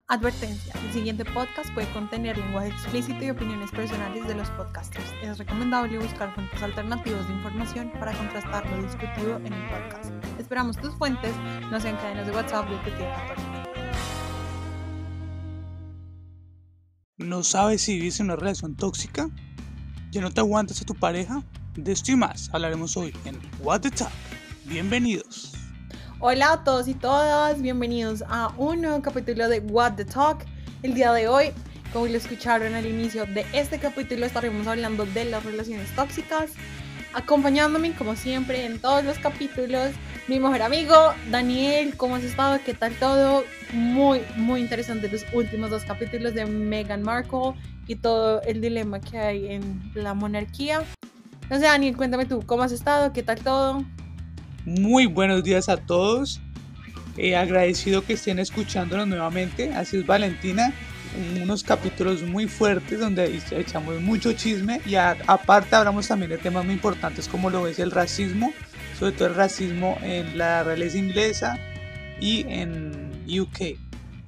Advertencia, el siguiente podcast puede contener lenguaje explícito y opiniones personales de los podcasters. Es recomendable buscar fuentes alternativas de información para contrastar lo discutido en el podcast. Esperamos tus fuentes no sean cadenas de WhatsApp de tu tía católica. ¿No sabes si vives en una relación tóxica? ¿Ya no te aguantas a tu pareja? De esto y más hablaremos hoy en What the Talk. Bienvenidos. Hola a todos y todas, bienvenidos a un nuevo capítulo de What the Talk. El día de hoy, como lo escucharon al inicio de este capítulo, estaremos hablando de las relaciones tóxicas. Acompañándome, como siempre, en todos los capítulos, mi mejor amigo, Daniel. ¿Cómo has estado? ¿Qué tal todo? Muy interesante los últimos dos capítulos de Meghan Markle y todo el dilema que hay en la monarquía. No sé, Daniel, cuéntame tú, ¿cómo has estado? ¿Qué tal todo? Muy buenos días a todos. Agradecido que estén escuchándonos nuevamente. Así es, Valentina. Unos capítulos muy fuertes donde echamos mucho chisme y aparte hablamos también de temas muy importantes como lo es el racismo, sobre todo el racismo en la realeza inglesa y en UK.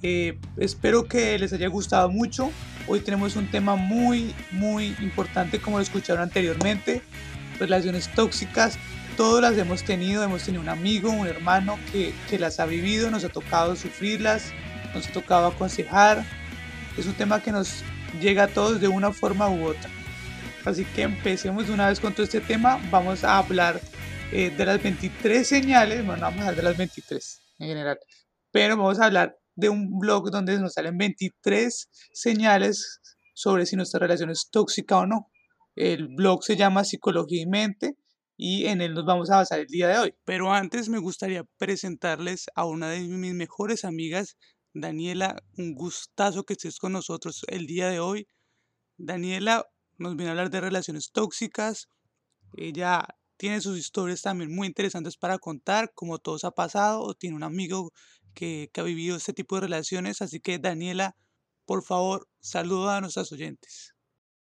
Espero que les haya gustado mucho. Hoy tenemos un tema muy importante, como lo escucharon anteriormente: relaciones tóxicas. Todos las hemos tenido un amigo, un hermano que las ha vivido, nos ha tocado sufrirlas, nos ha tocado aconsejar. Es un tema que nos llega a todos de una forma u otra. Así que empecemos de una vez con todo este tema. Vamos a hablar de las 23 señales, bueno, vamos a hablar de las 23 en general, pero vamos a hablar de un blog donde nos salen 23 señales sobre si nuestra relación es tóxica o no. El blog se llama Psicología y Mente y en él nos vamos a basar el día de hoy. Pero antes me gustaría presentarles a una de mis mejores amigas, Daniela. Un gustazo que estés con nosotros el día de hoy. Daniela nos viene a hablar de relaciones tóxicas. Ella tiene sus historias también muy interesantes para contar, como todos ha pasado, o tiene un amigo que ha vivido este tipo de relaciones. Así que, Daniela, por favor, saluda a nuestros oyentes.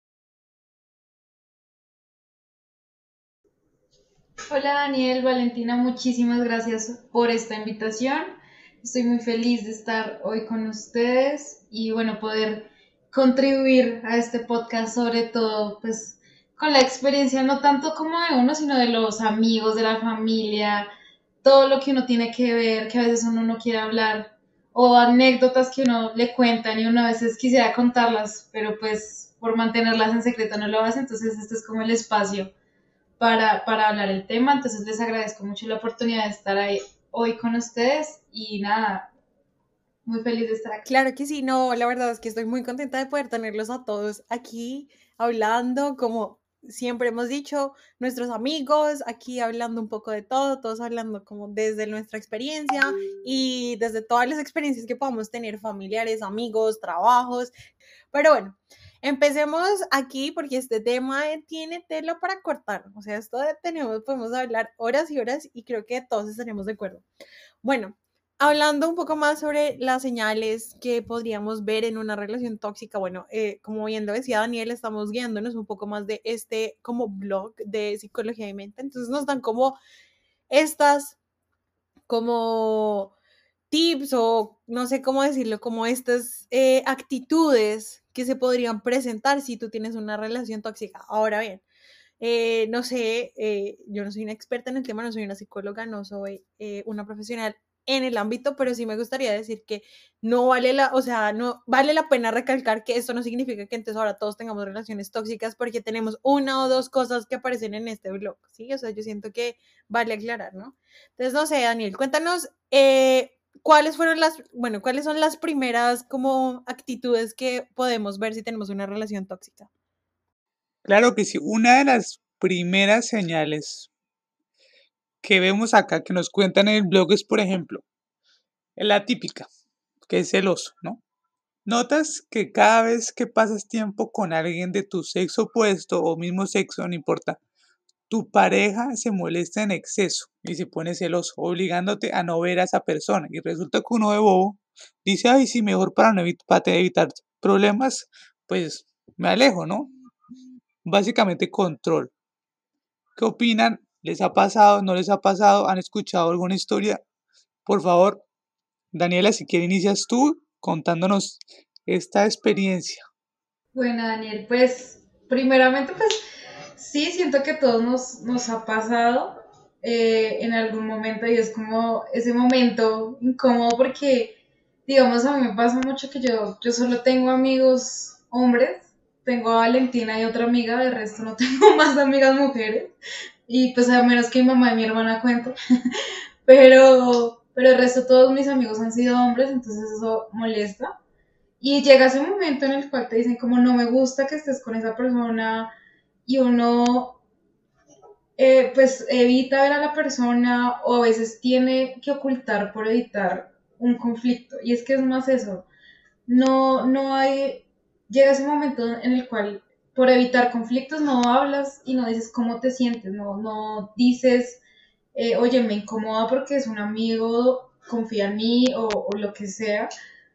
Hola Daniel, Valentina, muchísimas gracias por esta invitación. Estoy muy feliz de estar hoy con ustedes y bueno, poder contribuir a este podcast, sobre todo pues con la experiencia no tanto como de uno, sino de los amigos, de la familia, todo lo que uno tiene que ver, que a veces uno no quiere hablar, o anécdotas que uno le cuentan y uno a veces quisiera contarlas, pero pues por mantenerlas en secreto no lo hace. Entonces este es como el espacio para hablar el tema. Entonces les agradezco mucho la oportunidad de estar ahí hoy con ustedes y nada, muy feliz de estar aquí. Claro que sí, no, la verdad es que estoy muy contenta de poder tenerlos a todos aquí hablando, como siempre hemos dicho, nuestros amigos, aquí hablando un poco de todo, todos hablando como desde nuestra experiencia y desde todas las experiencias que podamos tener, familiares, amigos, trabajos. Pero bueno, empecemos aquí porque este tema tiene tela para cortar, o sea, podemos hablar horas y horas y creo que todos estaremos de acuerdo. Bueno, hablando un poco más sobre las señales que podríamos ver en una relación tóxica, bueno, como bien lo decía Daniel, estamos guiándonos un poco más de este como blog de psicología y mente, entonces nos dan como estas, como tips o no sé cómo decirlo, como estas actitudes que se podrían presentar si tú tienes una relación tóxica. Ahora bien, no sé, yo no soy una experta en el tema, no soy una psicóloga, no soy una profesional en el ámbito, pero sí me gustaría decir que no vale la pena recalcar que esto no significa que entonces ahora todos tengamos relaciones tóxicas porque tenemos una o dos cosas que aparecen en este blog, ¿sí? O sea, yo siento que vale aclarar, ¿no? Entonces, no sé, Daniel, cuéntanos cuáles son las primeras como actitudes que podemos ver si tenemos una relación tóxica. Claro que sí, una de las primeras señales que vemos acá que nos cuentan en el blog es, por ejemplo, la típica, que es celoso, ¿no? Notas que cada vez que pasas tiempo con alguien de tu sexo opuesto o mismo sexo, no importa, tu pareja se molesta en exceso y se pone celoso, obligándote a no ver a esa persona. Y resulta que uno de bobo dice: ay, sí, mejor para no para evitar problemas, pues me alejo, ¿no? Básicamente control. ¿Qué opinan? ¿Les ha pasado? ¿No les ha pasado? ¿Han escuchado alguna historia? Por favor, Daniela, si quieres inicias tú contándonos esta experiencia. Bueno, Daniel, pues primeramente, pues sí, siento que a todos nos ha pasado en algún momento y es como ese momento incómodo porque, digamos, a mí me pasa mucho que yo solo tengo amigos hombres, tengo a Valentina y otra amiga, de resto no tengo más amigas mujeres y pues a menos que mi mamá y mi hermana cuenten, pero el resto todos mis amigos han sido hombres, entonces eso molesta. Y llega ese momento en el cual te dicen como no me gusta que estés con esa persona y uno pues evita ver a la persona o a veces tiene que ocultar por evitar un conflicto. Y es que es más eso, no hay, llega ese momento en el cual por evitar conflictos no hablas y no dices cómo te sientes, no dices, oye, me incomoda porque es un amigo, confía en mí o lo que sea,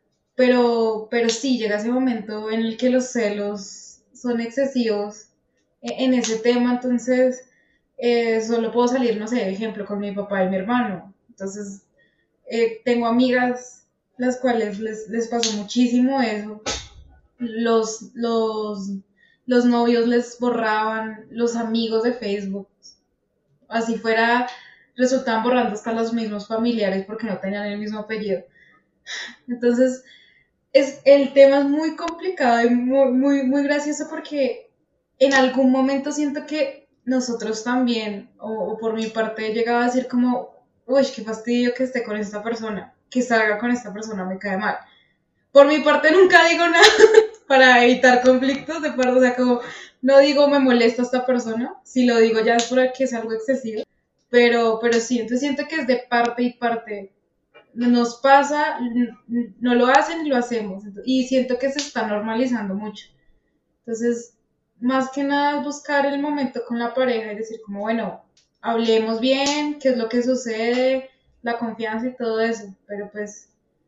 pero sí, llega ese momento en el que los celos son excesivos en ese tema, entonces solo puedo salir, no sé, de ejemplo, con mi papá y mi hermano. Entonces, tengo amigas las cuales les pasó muchísimo eso. Los, los, los novios les borraban los amigos de Facebook. Así fuera, resultaban borrando hasta los mismos familiares porque no tenían el mismo apellido. Entonces, el tema es muy complicado y muy gracioso porque en algún momento siento que nosotros también, o por mi parte, he llegado a decir como, uy, qué fastidio que esté con esta persona, que salga con esta persona, me cae mal. Por mi parte nunca digo nada para evitar conflictos, de acuerdo, o sea, como no digo me molesta esta persona, si lo digo ya es porque es algo excesivo, pero sí, entonces siento que es de parte y parte nos pasa, no lo hacen y lo hacemos. Y siento que se está normalizando mucho. Entonces, más que nada es buscar el momento con la pareja y decir como, bueno, hablemos bien, qué es lo que sucede, la confianza y todo eso. Pero pues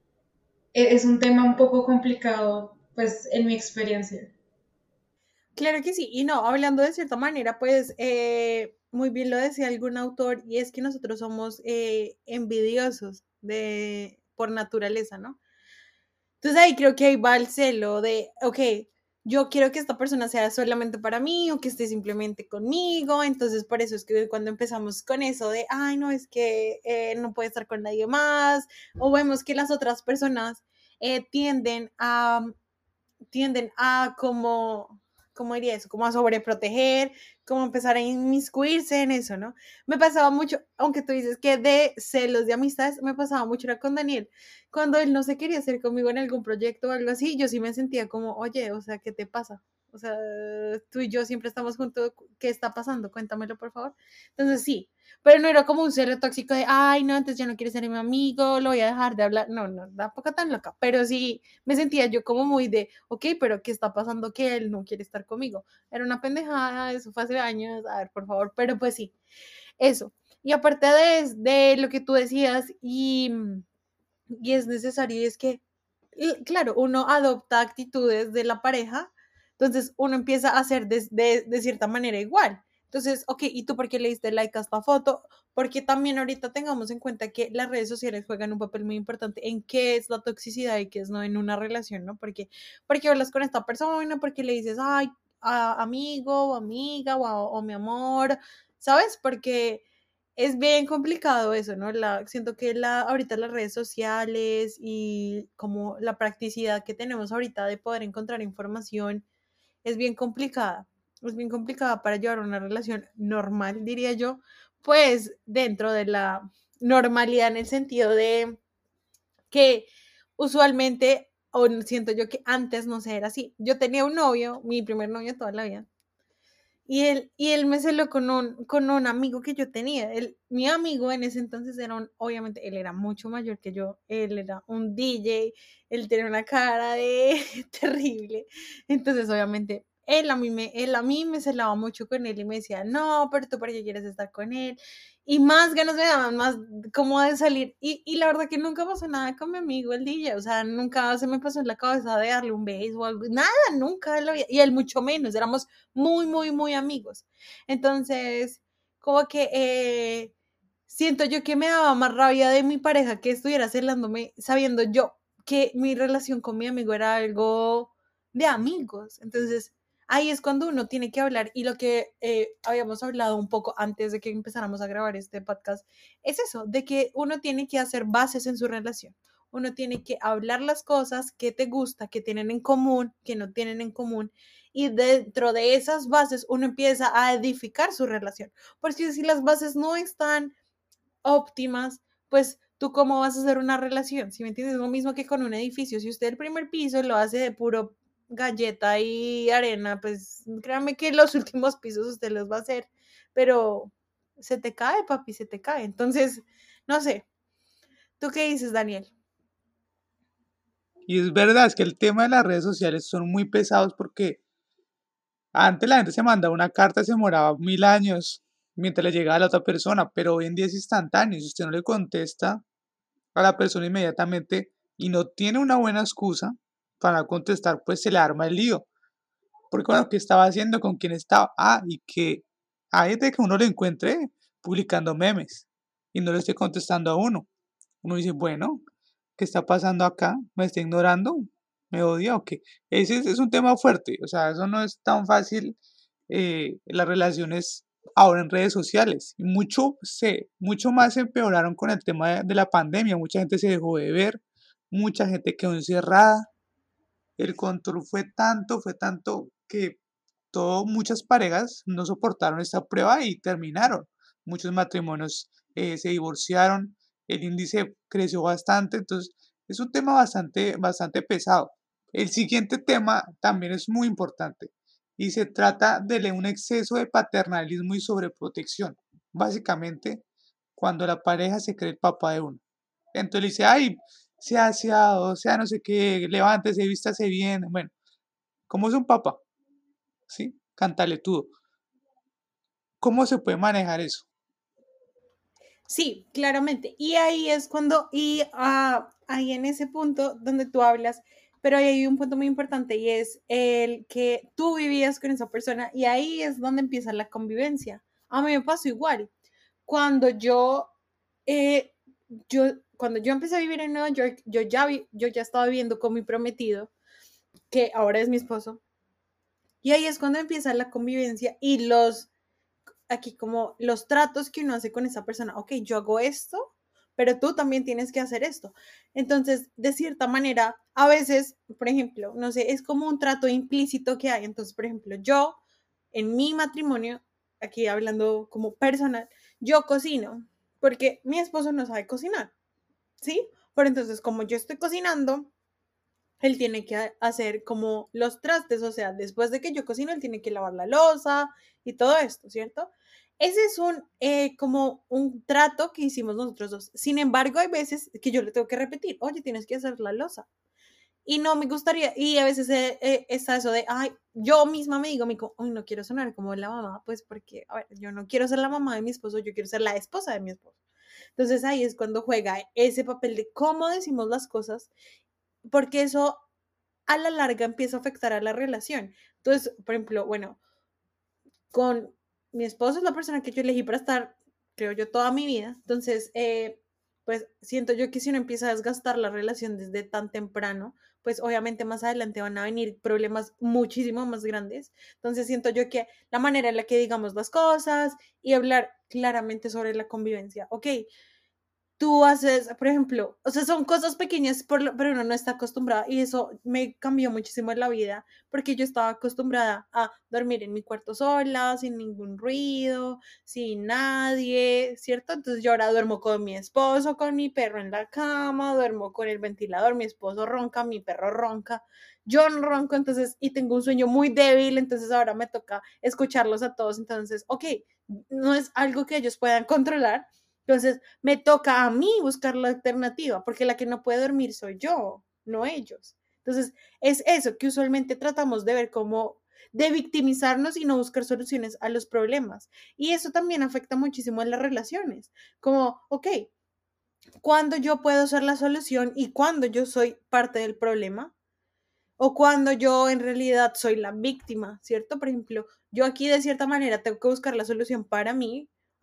es un tema un poco complicado, pues en mi experiencia. Claro que sí, y no, hablando de cierta manera, pues muy bien lo decía algún autor, y es que nosotros somos envidiosos por naturaleza, ¿no? Entonces ahí creo que ahí va el celo de, ok, yo quiero que esta persona sea solamente para mí o que esté simplemente conmigo, entonces por eso es que cuando empezamos con eso de, ay, no, es que no puede estar con nadie más, o vemos que las otras personas tienden a como, ¿cómo diría eso? Como a sobreproteger, como empezar a inmiscuirse en eso, ¿no? Me pasaba mucho, aunque tú dices que de celos de amistades, me pasaba mucho era con Daniel. Cuando él no se quería hacer conmigo en algún proyecto o algo así, yo sí me sentía como, oye, o sea, ¿qué te pasa? O sea, tú y yo siempre estamos juntos, ¿qué está pasando? Cuéntamelo, por favor. Entonces sí, pero no era como un celo tóxico de, ay, no, entonces ya no quieres ser mi amigo, lo voy a dejar de hablar. No, no, tampoco tan loca, pero sí me sentía yo como muy de, ok, pero ¿qué está pasando que él no quiere estar conmigo? Era una pendejada, eso fue hace años, a ver, por favor, pero pues sí, eso. Y aparte de lo que tú decías, y es necesario, y es que, claro, uno adopta actitudes de la pareja, entonces uno empieza a hacer de cierta manera igual. Entonces, ok, ¿y tú por qué le diste like a esta foto? Porque también ahorita tengamos en cuenta que las redes sociales juegan un papel muy importante en qué es la toxicidad y qué es no en una relación, ¿no? Porque hablas con esta persona, porque le dices, ay, amigo o amiga o mi amor, ¿sabes? Porque es bien complicado eso, ¿no? Siento que ahorita las redes sociales y como la practicidad que tenemos ahorita de poder encontrar información es bien complicada. Es bien complicada para llevar una relación normal, diría yo, pues dentro de la normalidad en el sentido de que usualmente, o siento yo que antes no sé, era así. Yo tenía un novio, mi primer novio toda la vida, y él me celó con un amigo que yo tenía. Mi amigo en ese entonces obviamente, él era mucho mayor que yo, él era un DJ, él tenía una cara de terrible. Entonces, obviamente, él a mí me celaba mucho con él y me decía, no, pero tú por qué quieres estar con él. Y más ganas me daban, más como de salir. Y la verdad que nunca pasó nada con mi amigo, el DJ. O sea, nunca se me pasó en la cabeza de darle un beso o algo. Nada, nunca lo había. Y él mucho menos. Éramos muy, muy, muy amigos. Entonces, como que siento yo que me daba más rabia de mi pareja que estuviera celándome, sabiendo yo que mi relación con mi amigo era algo de amigos. Entonces, ahí es cuando uno tiene que hablar y lo que habíamos hablado un poco antes de que empezáramos a grabar este podcast es eso, de que uno tiene que hacer bases en su relación. Uno tiene que hablar las cosas que te gusta, que tienen en común, que no tienen en común. Y dentro de esas bases uno empieza a edificar su relación. Porque si las bases no están óptimas, pues tú cómo vas a hacer una relación, si me entiendes, lo mismo que con un edificio, si usted el primer piso lo hace de puro galleta y arena, pues créanme que los últimos pisos usted los va a hacer, pero se te cae, papi, se te cae. Entonces, no sé, ¿tú qué dices, Daniel? Y es verdad, es que el tema de las redes sociales son muy pesados porque antes la gente se mandaba una carta y se demoraba 1000 años mientras le llegaba a la otra persona, pero hoy en día es instantáneo. Si usted no le contesta a la persona inmediatamente y no tiene una buena excusa para contestar, pues se le arma el lío. Porque bueno, ¿qué estaba haciendo? ¿Con quién estaba? Ah, y que hay de que uno lo encuentre publicando memes y no le esté contestando a uno. Uno dice, bueno, ¿qué está pasando acá? ¿Me está ignorando? ¿Me odia o qué? Ese es un tema fuerte, o sea, eso no es tan fácil, las relaciones ahora en redes sociales. Y mucho más se empeoraron con el tema de la pandemia. Mucha gente se dejó de ver, mucha gente quedó encerrada. El control fue tanto que muchas parejas no soportaron esta prueba y terminaron. Muchos matrimonios se divorciaron, el índice creció bastante, entonces es un tema bastante pesado. El siguiente tema también es muy importante y se trata de un exceso de paternalismo y sobreprotección. Básicamente, cuando la pareja se cree el papá de uno. Entonces le dice, ay, sea aseado, sea no sé qué, levántese, vístase bien. Bueno, como es un papá, ¿sí? Cántale tú. ¿Cómo se puede manejar eso? Sí, claramente. Y ahí es cuando, ahí en ese punto donde tú hablas, pero ahí hay un punto muy importante y es el que tú vivías con esa persona y ahí es donde empieza la convivencia. A mí me pasó igual. Cuando eh, cuando yo empecé a vivir en Nueva York, yo ya estaba viviendo con mi prometido, que ahora es mi esposo. Y ahí es cuando empieza la convivencia y aquí como los tratos que uno hace con esa persona. Ok, yo hago esto, pero tú también tienes que hacer esto. Entonces, de cierta manera, a veces, por ejemplo, no sé, es como un trato implícito que hay. Entonces, por ejemplo, yo en mi matrimonio, aquí hablando como personal, yo cocino porque mi esposo no sabe cocinar, ¿sí? Pero entonces, como yo estoy cocinando, él tiene que hacer como los trastes, o sea, después de que yo cocino, él tiene que lavar la loza y todo esto, ¿cierto? Ese es como un trato que hicimos nosotros dos. Sin embargo, hay veces que yo le tengo que repetir, oye, tienes que hacer la loza. Y no me gustaría, y a veces está eso de, ay, yo misma me digo, uy, no quiero sonar como la mamá, pues porque, a ver, yo no quiero ser la mamá de mi esposo, yo quiero ser la esposa de mi esposo. Entonces ahí es cuando juega ese papel de cómo decimos las cosas, porque eso a la larga empieza a afectar a la relación. Entonces, por ejemplo, bueno, con mi esposo es la persona que yo elegí para estar, creo yo, toda mi vida. Entonces, pues siento yo que si uno empieza a desgastar la relación desde tan temprano, pues obviamente más adelante van a venir problemas muchísimo más grandes. Entonces siento yo que la manera en la que digamos las cosas y hablar claramente sobre la convivencia, ok, tú haces, por ejemplo, o sea, son cosas pequeñas, pero uno no está acostumbrada y eso me cambió muchísimo en la vida porque yo estaba acostumbrada a dormir en mi cuarto sola, sin ningún ruido, sin nadie, ¿cierto? Entonces yo ahora duermo con mi esposo, con mi perro en la cama, duermo con el ventilador, mi esposo ronca, mi perro ronca, yo no ronco, entonces, y tengo un sueño muy débil, entonces ahora me toca escucharlos a todos, entonces, ok, no es algo que ellos puedan controlar, entonces, me toca a mí buscar la alternativa, porque la que no puede dormir soy yo, no ellos. Entonces, es eso que usualmente tratamos de ver como de victimizarnos y no buscar soluciones a los problemas. Y eso también afecta muchísimo a las relaciones. Como, ok, ¿cuándo yo puedo ser la solución y cuándo yo soy parte del problema? O cuando yo en realidad soy la víctima, ¿cierto? Por ejemplo, yo aquí de cierta manera tengo que buscar la solución para mí,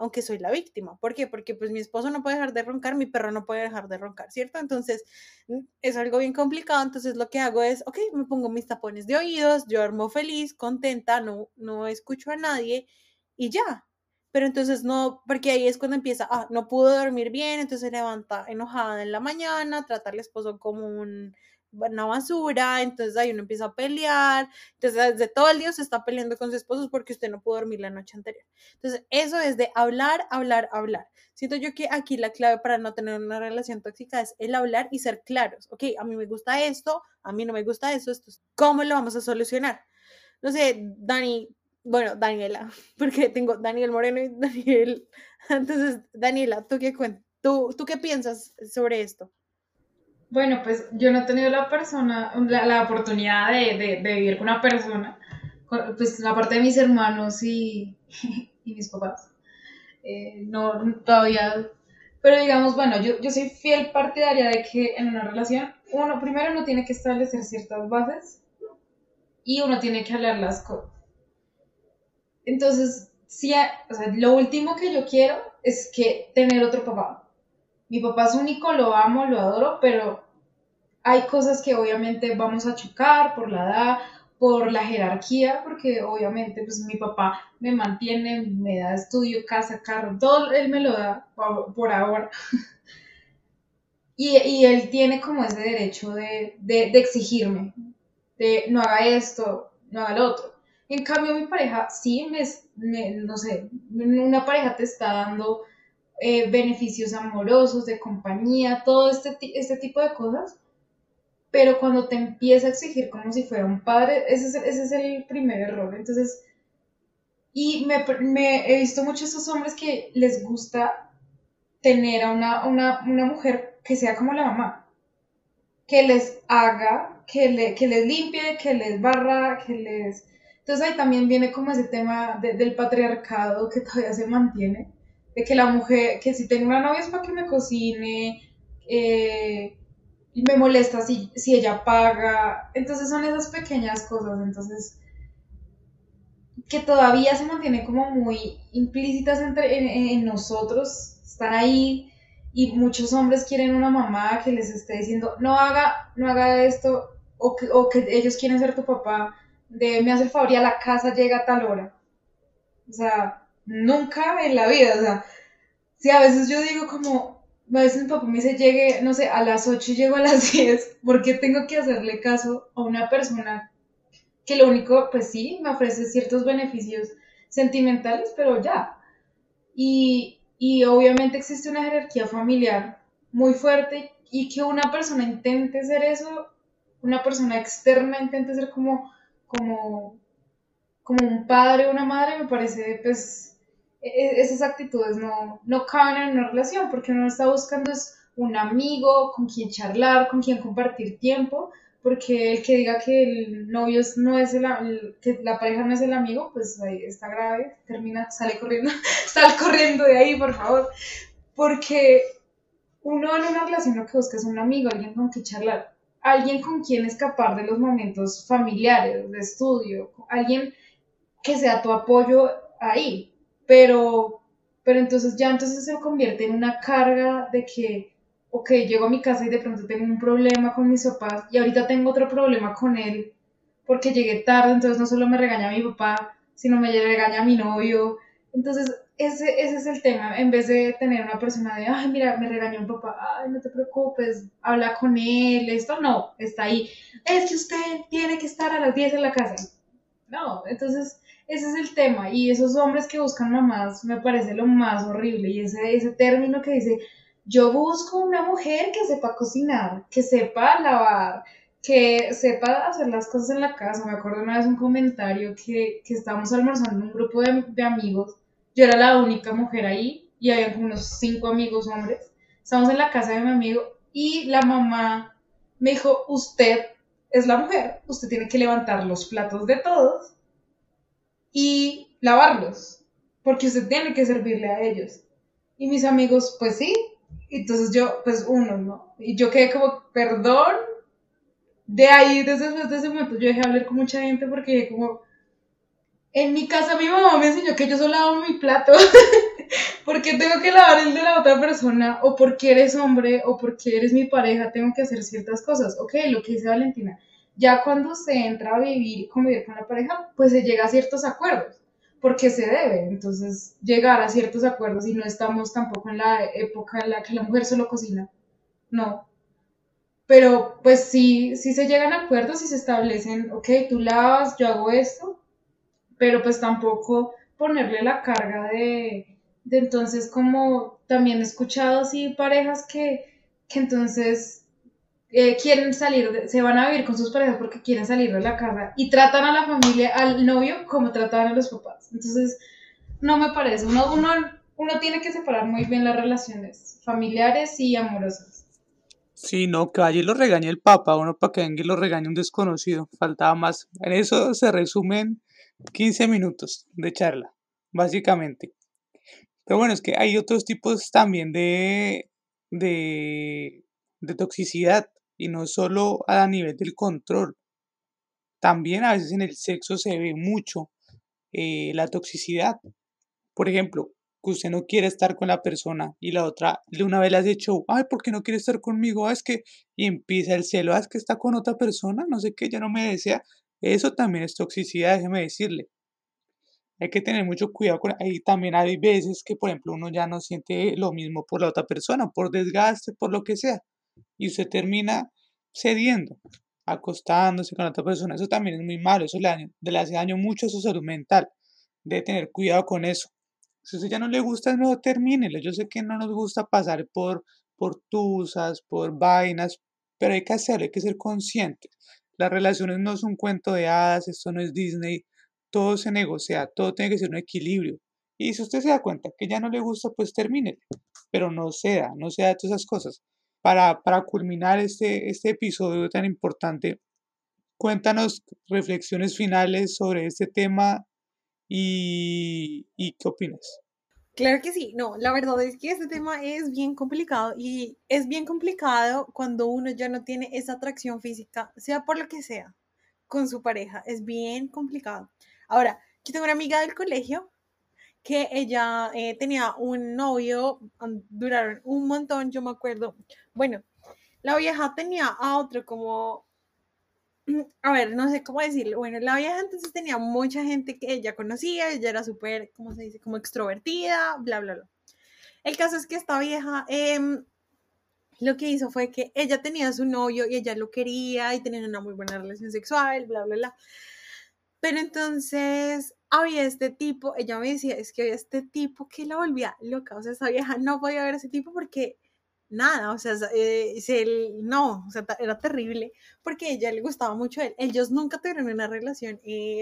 aunque soy la víctima. ¿Por qué? Porque pues mi esposo no puede dejar de roncar, mi perro no puede dejar de roncar, ¿cierto? Entonces es algo bien complicado, entonces lo que hago es, ok, me pongo mis tapones de oídos, yo duermo feliz, contenta, no escucho a nadie y ya. Pero entonces no, porque ahí es cuando empieza, no pudo dormir bien, entonces se levanta enojada en la mañana, trata al esposo como una basura, entonces ahí uno empieza a pelear, entonces desde todo el día se está peleando con su esposo porque usted no pudo dormir la noche anterior. Entonces eso es de hablar, hablar, hablar. Siento yo que aquí la clave para no tener una relación tóxica es el hablar y ser claros. Ok, a mí me gusta esto, a mí no me gusta esto, ¿cómo lo vamos a solucionar? No sé, Dani, bueno, Daniela, porque tengo Daniel Moreno y Daniel. Entonces, Daniela, ¿tú qué cuentas? ¿Tú qué piensas sobre esto? Bueno, pues yo no he tenido la oportunidad de vivir con una persona, pues la parte de mis hermanos y mis papás. No, todavía, pero digamos, bueno, yo soy fiel partidaria de que en una relación, primero uno tiene que establecer ciertas bases y uno tiene que hablar las cosas. Entonces, sí, o sea, lo último que yo quiero es que tener otro papá. Mi papá es único, lo amo, lo adoro, pero hay cosas que obviamente vamos a chocar por la edad, por la jerarquía, porque obviamente pues mi papá me mantiene, me da estudio, casa, carro, todo él me lo da por ahora. Y él tiene como ese derecho de exigirme, de no haga esto, no haga lo otro. En cambio, mi pareja, sí, no sé, una pareja te está dando beneficios amorosos, de compañía, todo este tipo de cosas, pero cuando te empieza a exigir como si fuera un padre, ese es el primer error. Entonces, y he visto muchos esos hombres que les gusta tener a una mujer que sea como la mamá, que les haga, que les limpie, que les barra, que les... Entonces ahí también viene como ese tema del patriarcado que todavía se mantiene, de que la mujer, que si tengo una novia es para que me cocine, y me molesta si ella paga. Entonces son esas pequeñas cosas, entonces, que todavía se mantienen como muy implícitas en nosotros, están ahí y muchos hombres quieren una mamá que les esté diciendo, no haga esto, o que ellos quieren ser tu papá, me hace el favor y a la casa llega a tal hora. O sea, nunca en la vida, o sea, sí, a veces yo digo como, a veces mi papá me dice, llegue, no sé, a las 8 y llego a las 10, ¿por qué tengo que hacerle caso a una persona que lo único, pues sí, me ofrece ciertos beneficios sentimentales, pero ya? Y obviamente existe una jerarquía familiar muy fuerte y que una persona intente ser eso, una persona externa intente ser como, como un padre o una madre, me parece, pues, esas actitudes no caben en una relación, porque uno está buscando es un amigo con quien charlar, con quien compartir tiempo, porque el que diga que el novio no es que la pareja no es el amigo, pues ahí está grave, sale corriendo, sal corriendo de ahí, por favor, porque uno en una relación lo que busca es un amigo, alguien con quien charlar, alguien con quien escapar de los momentos familiares, de estudio, alguien que sea tu apoyo ahí, pero entonces se convierte en una carga de que, ok, llego a mi casa y de pronto tengo un problema con mis papás y ahorita tengo otro problema con él porque llegué tarde, entonces no solo me regaña mi papá, sino me regaña mi novio. Entonces, ese es el tema, en vez de tener una persona de, ay, mira, me regañó un papá, ay, no te preocupes, habla con él, esto no, está ahí. Es que usted tiene que estar a las 10 en la casa. No, entonces ese es el tema. Y esos hombres que buscan mamás me parece lo más horrible. Y ese término que dice, yo busco una mujer que sepa cocinar, que sepa lavar, que sepa hacer las cosas en la casa. Me acuerdo una vez un comentario que estábamos almorzando en un grupo de amigos. Yo era la única mujer ahí y había como unos 5 amigos hombres. Estábamos en la casa de mi amigo y la mamá me dijo, usted es la mujer, usted tiene que levantar los platos de todos y lavarlos, porque usted tiene que servirle a ellos. Y mis amigos, pues sí. Entonces yo, pues uno, ¿no? Y yo quedé como, perdón. De ahí, desde ese momento, yo dejé de hablar con mucha gente porque como, En mi casa mi mamá me enseñó que yo solo lavo mi plato porque tengo que lavar el de la otra persona o porque eres hombre o porque eres mi pareja tengo que hacer ciertas cosas. Ok, lo que dice Valentina. Ya cuando se entra a vivir y convivir con la pareja, pues se llega a ciertos acuerdos porque se debe. Entonces, llegar a ciertos acuerdos y no estamos tampoco en la época en la que la mujer solo cocina. No, pero pues sí, sí se llegan a acuerdos y se establecen, ok, tú lavas, yo hago esto, pero pues tampoco ponerle la carga de entonces como también he escuchado así parejas que entonces quieren salir, se van a vivir con sus parejas porque quieren salir de la casa y tratan a la familia, al novio como trataban a los papás. Entonces, no me parece, uno tiene que separar muy bien las relaciones familiares y amorosas. Sí, no, que vaya y lo regañe el Papa, uno para que venga y lo regañe un desconocido. Faltaba más. En eso se resumen 15 minutos de charla, básicamente. Pero bueno, es que hay otros tipos también de, de toxicidad y no solo a nivel del control. También a veces en el sexo se ve mucho la toxicidad. Por ejemplo, que usted no quiere estar con la persona y la otra de una vez le has dicho, ay, ¿por qué no quiere estar conmigo? Ah, es que, y empieza el celo, ah, es que está con otra persona, no sé qué, ya no me desea. Eso también es toxicidad, déjeme decirle. Hay que tener mucho cuidado con, ahí también hay veces que, por ejemplo, uno ya no siente lo mismo por la otra persona, por desgaste, por lo que sea, y usted termina cediendo, acostándose con la otra persona. Eso también es muy malo, eso le hace daño mucho a su salud mental. Debe tener cuidado con eso. Si a usted ya no le gusta, no termínelo. Yo sé que no nos gusta pasar por tusas, por vainas, pero hay que hacerlo, hay que ser conscientes. Las relaciones no son un cuento de hadas, esto no es Disney, todo se negocia, todo tiene que ser un equilibrio. Y si usted se da cuenta que ya no le gusta, pues termínelo, pero no ceda de todas esas cosas. Para culminar este episodio tan importante, cuéntanos reflexiones finales sobre este tema y qué opinas. Claro que sí, no, la verdad es que este tema es bien complicado y es bien complicado cuando uno ya no tiene esa atracción física, sea por lo que sea, con su pareja, es bien complicado. Ahora, yo tengo una amiga del colegio que ella tenía un novio, duraron un montón, yo me acuerdo, bueno, la vieja tenía a otro como a ver, no sé cómo decirlo. Bueno, la vieja entonces tenía mucha gente que ella conocía, ella era súper, ¿cómo se dice? Como extrovertida, bla, bla, bla. El caso es que esta vieja lo que hizo fue que ella tenía a su novio y ella lo quería y tenían una muy buena relación sexual, bla, bla, bla. Pero entonces había este tipo, ella me decía, es que había este tipo que la volvía loca, o sea, esa vieja no podía ver a ese tipo porque nada, o sea, no, o sea, era terrible porque a ella le gustaba mucho él. Ellos nunca tuvieron una relación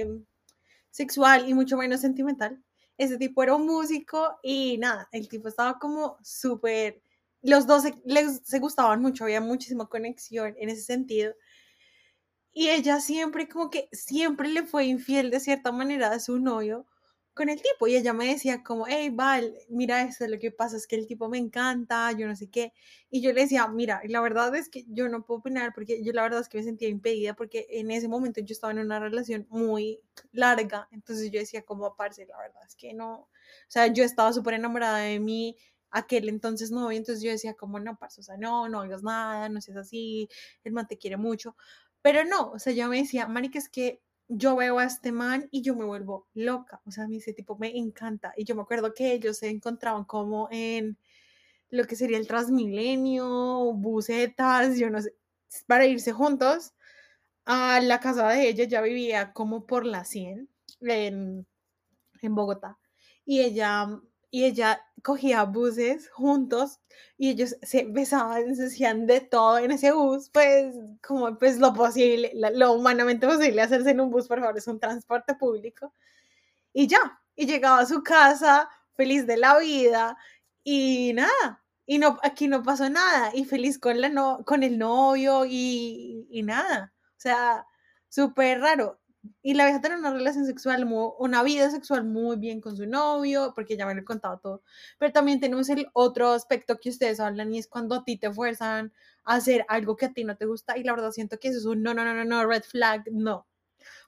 sexual y mucho menos sentimental. Ese tipo era un músico y nada, el tipo estaba como súper, los dos se gustaban mucho, había muchísima conexión en ese sentido. Y ella siempre, como que siempre le fue infiel de cierta manera a su novio con el tipo. Y ella me decía como, hey, Val, mira esto, lo que pasa es que el tipo me encanta, yo no sé qué. Y yo le decía, mira, la verdad es que yo no puedo opinar porque yo la verdad es que me sentía impedida porque en ese momento yo estaba en una relación muy larga. Entonces yo decía como, parce, la verdad es que no. O sea, yo estaba súper enamorada de mí aquel entonces novio, entonces yo decía como, no, parce, o sea, no, no hagas nada, no seas así, el man te quiere mucho. Pero no, o sea, yo me decía, marica, es que yo veo a este man y yo me vuelvo loca. O sea, a mí ese tipo me encanta. Y yo me acuerdo que ellos se encontraban como en lo que sería el Transmilenio, busetas, yo no sé, para irse juntos a la casa de ella. Ya vivía como por la 100 en, en Bogotá. Y ella cogía buses juntos y ellos se besaban, se hacían de todo en ese bus, pues como pues lo posible, lo humanamente posible hacerse en un bus, por favor, es un transporte público. Y ya, y llegaba a su casa feliz de la vida y nada, y no, aquí no pasó nada, y feliz con, con el novio y nada, o sea, súper raro. Y la vieja tenía una relación sexual, una vida sexual muy bien con su novio, porque ya me lo he contado todo. Pero también tenemos el otro aspecto que ustedes hablan y es cuando a ti te fuerzan a hacer algo que a ti no te gusta. Y la verdad siento que eso es un no, no, no, no, no, red flag, no.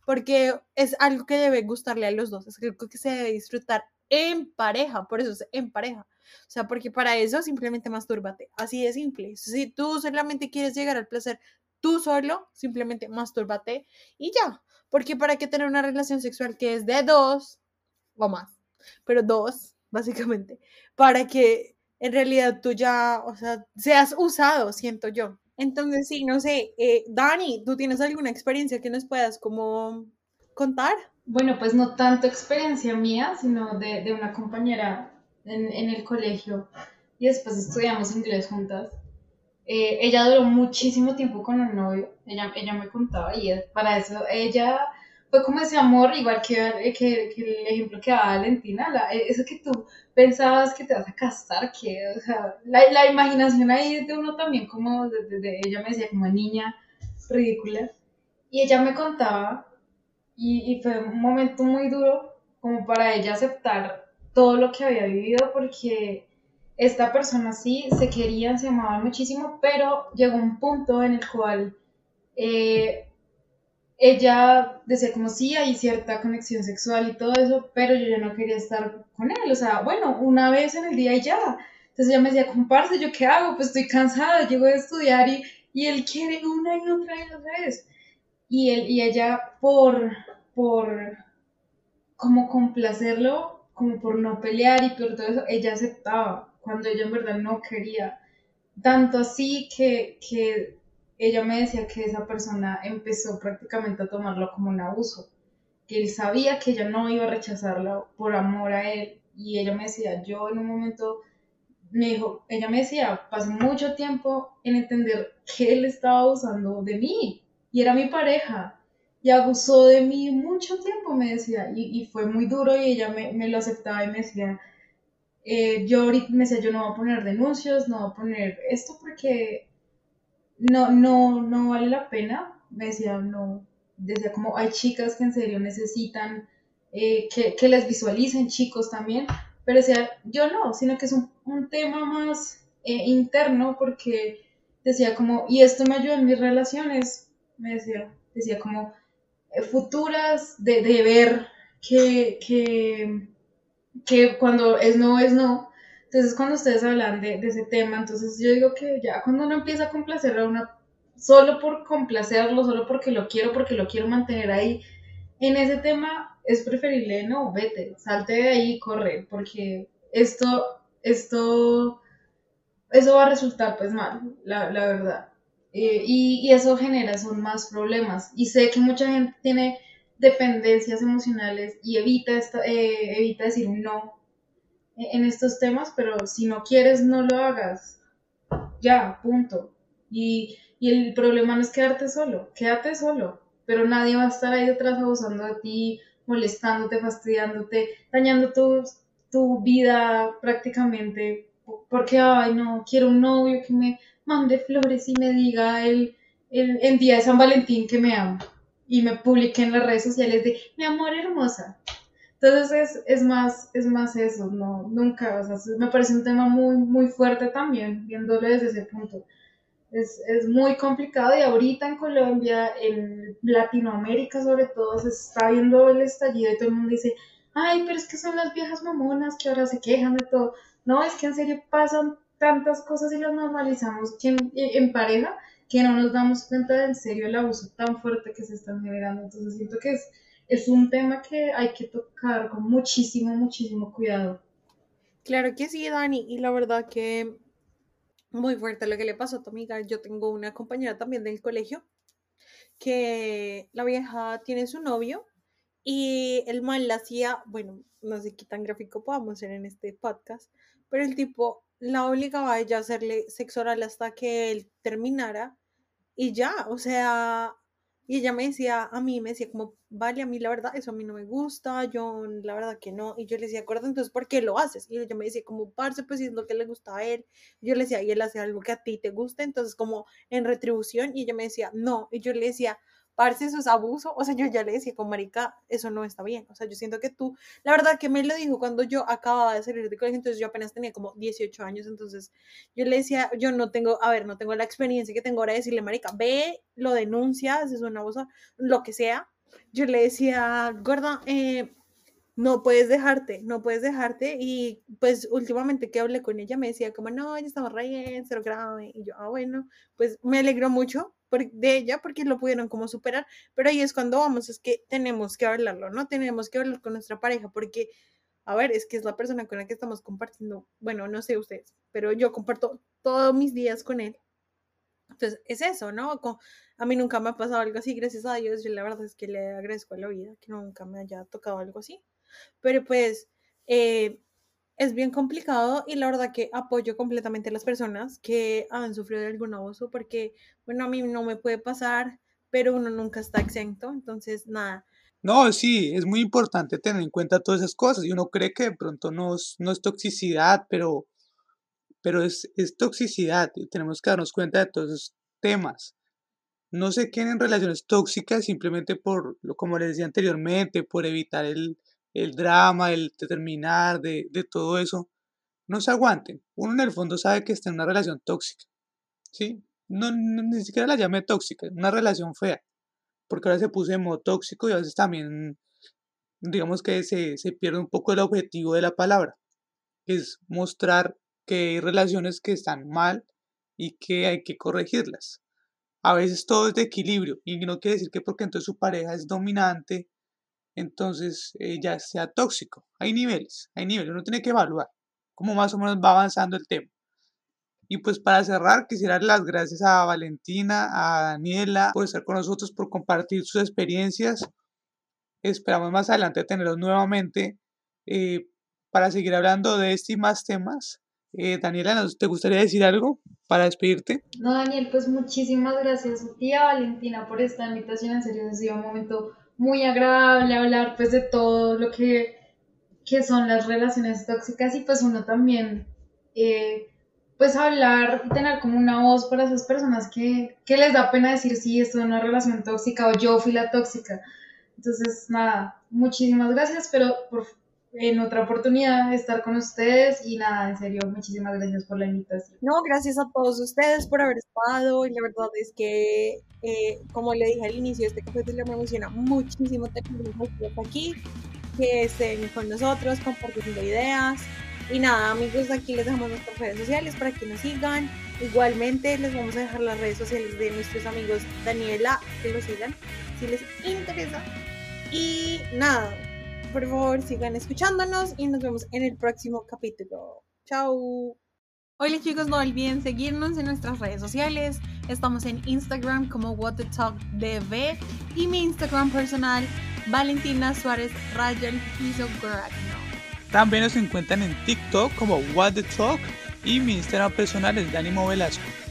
porque es algo que debe gustarle a los dos, es algo que se debe disfrutar en pareja, por eso es en pareja. O sea, porque para eso simplemente mastúrbate, así de simple. Si tú solamente quieres llegar al placer tú solo, simplemente mastúrbate y ya. Porque para qué tener una relación sexual que es de dos o más, pero dos, básicamente, para que en realidad tú ya, o sea, seas usado, siento yo. Entonces, sí, no sé, Dani, ¿tú tienes alguna experiencia que nos puedas como contar? Bueno, pues no tanto experiencia mía, sino de una compañera en el colegio y después estudiamos inglés juntas. Ella duró muchísimo tiempo con un novio, ella me contaba y para eso ella fue como ese amor, igual que el ejemplo que daba Valentina, eso que tú pensabas que te vas a casar, que, o sea, la imaginación ahí de uno también, como ella me decía como niña ridícula, y ella me contaba y fue un momento muy duro como para ella aceptar todo lo que había vivido porque esta persona sí se querían, se amaban muchísimo, pero llegó un punto en el cual eh, ella decía como sí, hay cierta conexión sexual y todo eso, pero yo ya no quería estar con él, o sea, bueno, una vez en el día y ya. Entonces ella me decía, comparse, ¿yo qué hago? Pues estoy cansada, llego de estudiar y él quiere una y otra vez. Y ella por como complacerlo, como por no pelear y por todo eso, ella aceptaba cuando ella en verdad no quería. Tanto así que ella me decía que esa persona empezó prácticamente a tomarlo como un abuso, que él sabía que ella no iba a rechazarla por amor a él. Y ella me decía, yo en un momento, me dijo, ella me decía, pasé mucho tiempo en entender que él estaba abusando de mí y era mi pareja y abusó de mí mucho tiempo, me decía, y fue muy duro y ella me lo aceptaba y me decía, yo ahorita me decía, yo no voy a poner denuncios, no voy a poner esto porque no vale la pena, me decía, no, decía como hay chicas que en serio necesitan que les visualicen, chicos también, pero decía, yo no, sino que es un tema más interno porque decía como, y esto me ayuda en mis relaciones, me decía como futuras de ver que cuando es no. Entonces, cuando ustedes hablan de ese tema, entonces yo digo que ya cuando uno empieza a complacer a una solo por complacerlo, solo porque lo quiero mantener ahí, en ese tema es preferible, no, vete, salte de ahí y corre, porque eso va a resultar pues mal, la verdad. Y eso genera son más problemas. Y sé que mucha gente tiene dependencias emocionales y evita decir un no en estos temas, pero si no quieres, no lo hagas. Ya, punto. Y el problema no es quédate solo, pero nadie va a estar ahí detrás abusando de ti, molestándote, fastidiándote, dañando tu vida prácticamente, porque, ay, no, quiero un novio que me mande flores y me diga el día de San Valentín que me ama y me publique en las redes sociales de mi amor hermosa. Entonces es más eso, no, nunca, o sea, me parece un tema muy, muy fuerte también, viéndolo desde ese punto. Es muy complicado y ahorita en Colombia, en Latinoamérica sobre todo, se está viendo el estallido y todo el mundo dice, ay, pero es que son las viejas mamonas que ahora se quejan de todo. No, es que en serio pasan tantas cosas y las normalizamos en pareja que no nos damos cuenta de en serio el abuso tan fuerte que se están generando. Entonces siento que es un tema que hay que tocar con muchísimo, muchísimo cuidado. Claro que sí, Dani, y la verdad que muy fuerte lo que le pasó a tu amiga. Yo tengo una compañera también del colegio que la vieja tiene su novio y el mal la hacía, bueno, no sé qué tan gráfico podamos ser en este podcast, pero el tipo la obligaba a ella a hacerle sexo oral hasta que él terminara y ya, o sea, y ella me decía, a mí me decía como, vale, a mí la verdad, eso a mí no me gusta, yo la verdad que no, y yo le decía, acuerdo, entonces, ¿por qué lo haces? Y ella me decía como, parce, pues si es lo que le gusta a él, y yo le decía, y él hace algo que a ti te gusta, entonces como en retribución, y ella me decía, no, y yo le decía, parce, eso es abuso, o sea, yo ya le decía como, marica, eso no está bien, o sea, yo siento que tú, la verdad que me lo dijo cuando yo acababa de salir de colegio, entonces yo apenas tenía como 18 años, entonces yo le decía, yo no tengo, a ver, no tengo la experiencia que tengo ahora de decirle, marica, ve, lo denuncias, es una cosa, lo que sea, yo le decía, gorda, no puedes dejarte. Y pues últimamente que hablé con ella me decía como, no, ya estamos re bien, cero grave. Y yo, bueno, pues me alegró mucho de ella porque lo pudieron como superar. Pero ahí es cuando vamos, es que tenemos que hablarlo, ¿no? Tenemos que hablar con nuestra pareja porque, a ver, es que es la persona con la que estamos compartiendo, bueno, no sé ustedes, pero yo comparto todos mis días con él. Entonces, es eso, ¿no? A mí nunca me ha pasado algo así, gracias a Dios. Yo la verdad es que le agradezco a la vida que nunca me haya tocado algo así. Pero pues eh, es bien complicado y la verdad que apoyo completamente a las personas que han sufrido de algún abuso porque, bueno, a mí no me puede pasar, pero uno nunca está exento. Entonces, nada. No, sí, es muy importante tener en cuenta todas esas cosas. Y uno cree que de pronto no es toxicidad, pero es toxicidad y tenemos que darnos cuenta de todos esos temas. No se queden en relaciones tóxicas simplemente como les decía anteriormente, por evitar el drama, el terminar de todo eso. No se aguanten. Uno en el fondo sabe que está en una relación tóxica, ¿sí? Ni siquiera la llame tóxica, una relación fea, porque ahora se puso en modo tóxico y a veces también, digamos que se pierde un poco el objetivo de la palabra, que es mostrar que hay relaciones que están mal y que hay que corregirlas. A veces todo es de equilibrio y no quiere decir que porque entonces su pareja es dominante, entonces ya sea tóxico. Hay niveles, uno tiene que evaluar cómo más o menos va avanzando el tema. Y pues para cerrar, quisiera dar las gracias a Valentina, a Daniela por estar con nosotros, por compartir sus experiencias. Esperamos más adelante tenerlos nuevamente eh, para seguir hablando de este y más temas. Daniela, ¿te gustaría decir algo para despedirte? No, Daniel, pues muchísimas gracias a ti, a Valentina, por esta invitación. En serio, ha sido un momento muy agradable hablar pues de todo lo que son las relaciones tóxicas y pues uno también pues hablar y tener como una voz para esas personas que les da pena decir sí, estoy en una relación tóxica o yo fui la tóxica. Entonces, nada, muchísimas gracias, pero en otra oportunidad estar con ustedes y nada, en serio, muchísimas gracias por la invitación. No, gracias a todos ustedes por haber estado y la verdad es que, como le dije al inicio, este capítulo me emociona muchísimo tenerlos aquí, que estén con nosotros, compartiendo ideas. Y nada, amigos, aquí les dejamos nuestras redes sociales para que nos sigan. Igualmente les vamos a dejar las redes sociales de nuestros amigos Daniela, que los sigan si les interesa. Y nada, por favor sigan escuchándonos y nos vemos en el próximo capítulo. Chao. Hola chicos, no olviden seguirnos en nuestras redes sociales. Estamos en Instagram como What the Talk BB y mi Instagram personal Valentina Suárez Rayel Piso Goragno. También nos encuentran en TikTok como What the Talk y mi Instagram personal es Danimo Velasco.